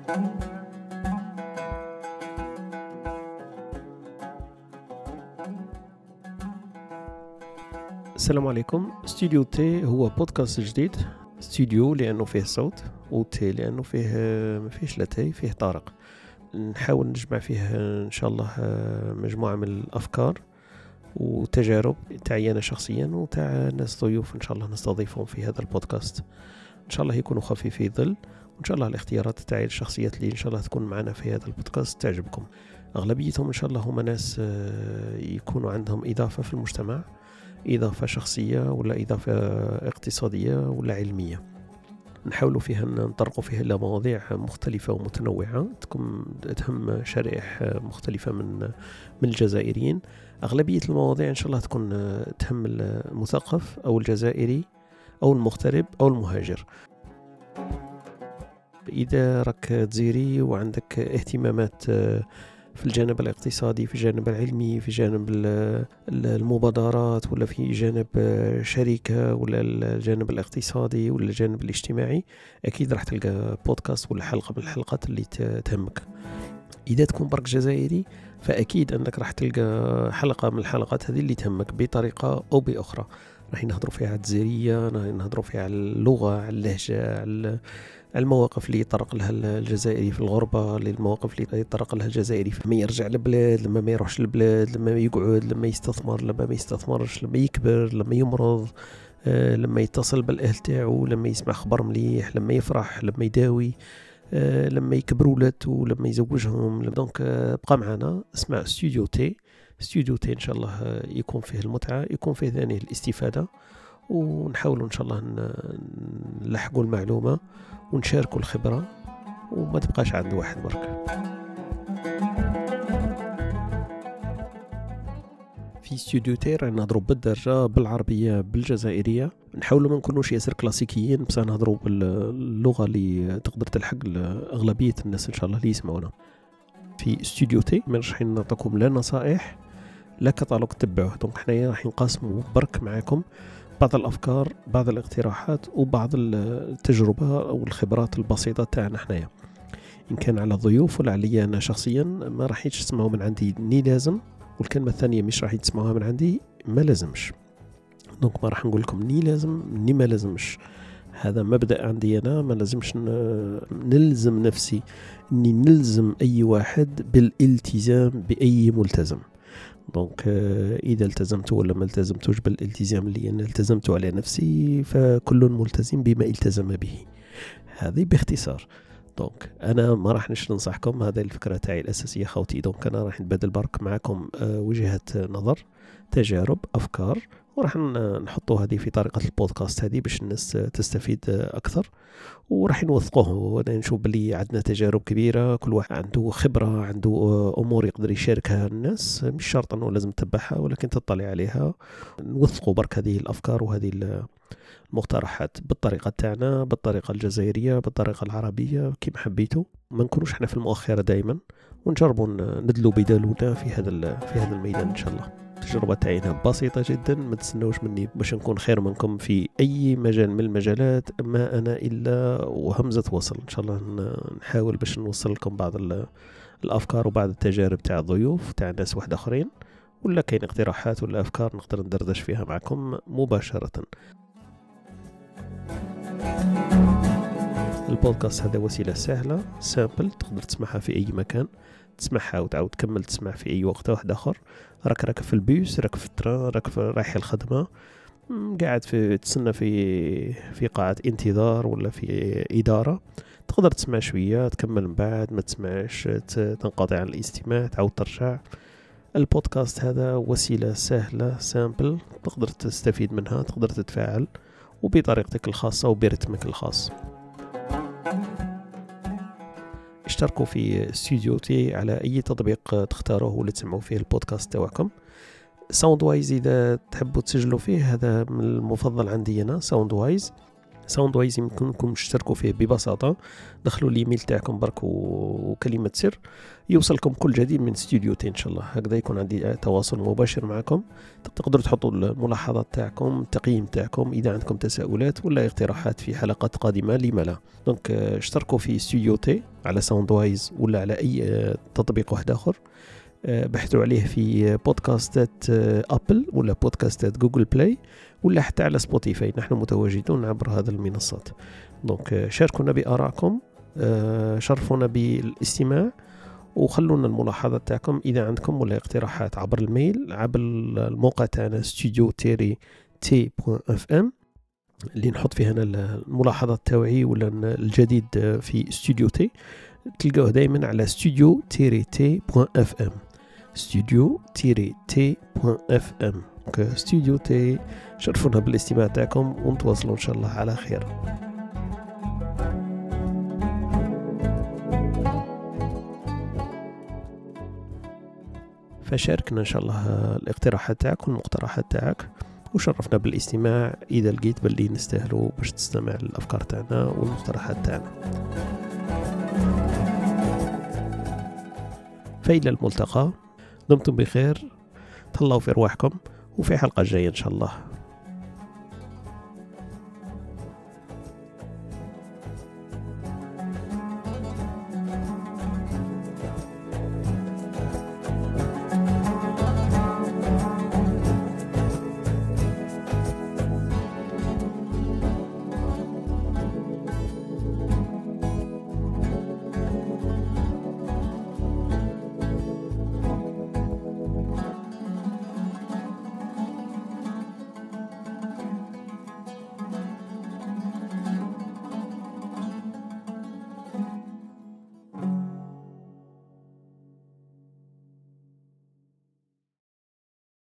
السلام عليكم. استوديو تي هو بودكاست جديد. استوديو لأنه فيه صوت، وتي لأنه فيه ما فيهش لا تي، فيه طارق. نحاول نجمع فيه إن شاء الله مجموعة من الأفكار وتجارب تاعي أنا شخصيا وتاع ناس ضيوف إن شاء الله نستضيفهم في هذا البودكاست. إن شاء الله يكونوا خفيفي ظل، وإن شاء الله الاختيارات تاعي الشخصيات اللي إن شاء الله تكون معنا في هذا البودكاست تعجبكم. أغلبيتهم إن شاء الله هم ناس يكونوا عندهم إضافة في المجتمع، إضافة شخصية ولا إضافة اقتصادية ولا علمية. نحاولوا فيها نطرقوا فيها إلى مواضيع مختلفة ومتنوعة تهم شرائح مختلفة من الجزائريين. أغلبية المواضيع إن شاء الله تكون تهم المثقف أو الجزائري أو المغترب أو المهاجر. إذا راك تزيري وعندك اهتمامات في الجانب الاقتصادي، في الجانب العلمي، في جانب المبادرات، ولا في جانب شركة، ولا الجانب الاقتصادي ولا الجانب الاجتماعي، أكيد راح تلقى بودكاست ولا حلقة من الحلقات اللي تهمك. إذا تكون برك جزائري فأكيد أنك راح تلقى حلقة من الحلقات هذه اللي تهمك بطريقة أو بأخرى. راح نهضروا فيها على الجزائرية، نهضروا فيها على اللغة، على اللهجة، على المواقف اللي يطرق لها الجزائري في الغربة، المواقف اللي يطرق لها الجزائري لما يرجع للبلاد، لما ما يروحش للبلاد، لما يقعد، لما يستثمر، لما ما يستثمرش، لما يكبر، لما يمرض، لما يتصل بالأهل تاعو، لما يسمع خبر مليح، لما يفرح، لما يداوي، لما يكبروا ولادته، لما يزوجهم. دونك بقى معنا، اسمع استوديو تي. استوديو تي إن شاء الله يكون فيه المتعة، يكون فيه ثاني الاستفادة، ونحاولوا إن شاء الله نلحقوا المعلومة ونشاركوا الخبرة وما تبقاش عند واحد برك. في استوديو تير نهضروا بالدرجة، بالعربية، بالجزائرية. نحاولوا ما نكونوش ياسر كلاسيكيين، بس نهضروا باللغة اللي تقدر تلحق أغلبية الناس إن شاء الله اللي يسمعونا. في استوديو تي ما راح نعطيكم لا نصائح لا كتالوج تبعوه. دونك حنايا راح نقاسموا برك معاكم بعض الأفكار، بعض الاقتراحات، وبعض التجربة أو الخبرات البسيطة تاعنا حنايا، إن كان على الضيوف ولا علي أنا شخصيا. ما راح تسمعوا من عندي ني لازم، والكلمة الثانية مش راح تسمعوها من عندي ما لازمش. دونك ما راح نقول لكم ني لازم ني ما لازمش. هذا مبدأ عندي أنا، ما لازمش نلزم نفسي إني نلزم أي واحد بالالتزام بأي ملتزم. دونك إذا التزمت ولا ما التزمتوش بالالتزام اللي أنا التزمت على نفسي، فكل ملتزم بما التزم به. هذه باختصار. دونك أنا ما راح ننصحكم، هذه الفكرة تاعي الأساسية خوتي. دونك أنا راح نتبادل برك معكم وجهات نظر، تجارب، أفكار، وراح نحطوا هذه في طريقة البودكاست هذه باش الناس تستفيد أكثر، وراح نوثقوه. وانا نشوف بلي عندنا تجارب كبيرة، كل واحد عنده خبرة، عنده أمور يقدر يشاركها الناس، مش شرط أنه لازم تتبعها ولكن تطلع عليها. نوثقوا برك هذه الأفكار وهذه المقترحات بالطريقة تاعنا، بالطريقة الجزائرية، بالطريقة العربية، كما حبيتوا. ما نكونوش احنا في المؤخرة دائما، ونجربوا ندلوا بدالونا في هذا الميدان إن شاء الله. التجربة تاعينا بسيطة جدا، ما تستنوش مني باش نكون خير منكم في أي مجال من المجالات. ما أنا إلا وهمزة وصل. إن شاء الله نحاول باش نوصل لكم بعض الأفكار وبعض التجارب تاع الضيوف تاع ناس واحد آخرين، ولا كاين اقتراحات ولا أفكار نقدر ندردش فيها معكم مباشرة. البودكاست هذا وسيلة سهلة سامبل، تقدر تسمعها في أي مكان، تسمعها وتعاود تكمل تسمع في أي وقت واحد آخر. راك في البيوس، راك في التران، راك رايح الخدمة، قاعد تسنى في قاعة انتظار ولا في إدارة، تقدر تسمع شوية تكمل من بعد، ما تسمعش تنقطع عن الاستماع تعاود ترجع. البودكاست هذا وسيلة سهلة سامبل، تقدر تستفيد منها، تقدر تتفاعل وبطريقتك الخاصة وبرتمك الخاص. اشتركوا في استوديو تي على أي تطبيق تختاروه ولا تسمعوا فيه البودكاست تاعكم. ساوند وايز إذا تحبوا تسجلوا فيه، هذا من المفضل عندي أنا. ساوند وايز ساوندوايز يمكنكم تشتركوا فيه ببساطة. دخلوا الايميل تاعكم برك وكلمة سر، يوصلكم كل جديد من استوديو تي إن شاء الله. هكذا يكون عندي تواصل مباشر معكم، تقدروا تحطوا الملاحظات تاعكم، التقييم تاعكم، إذا عندكم تساؤلات ولا اقتراحات في حلقات قادمة لما لا. دونك اشتركوا في استوديو تي على ساوندوايز ولا على أي تطبيق واحد آخر. بحثوا عليه في بودكاستات أبل ولا بودكاستات جوجل بلاي ولا حتى على سبوتيفاي. نحن متواجدون عبر هذه المنصات. دونك شاركونا بآرائكم، شرفونا بالاستماع، وخلونا الملاحظات تاعكم إذا عندكم ولا اقتراحات عبر الميل، عبر الموقع تاعنا studio-t.fm اللي نحط فيه هنا الملاحظات تاوعي ولا الجديد في استوديو تي. تلقوه دائما على studio-t.fm studio-t.fm. استوديو تي، شرفونا بالاستماع تاعكم ونتواصلوا إن شاء الله على خير. فشاركنا إن شاء الله الاقتراحات تاعك والمقترحات تاعك، وشرفنا بالاستماع إذا لقيت باللي نستاهلوا باش تستمع للأفكار تاعنا والمقترحات تاعنا. فإلى الملتقى، دمتم بخير، تهلاو في رواحكم، وفي حلقة جاية إن شاء الله.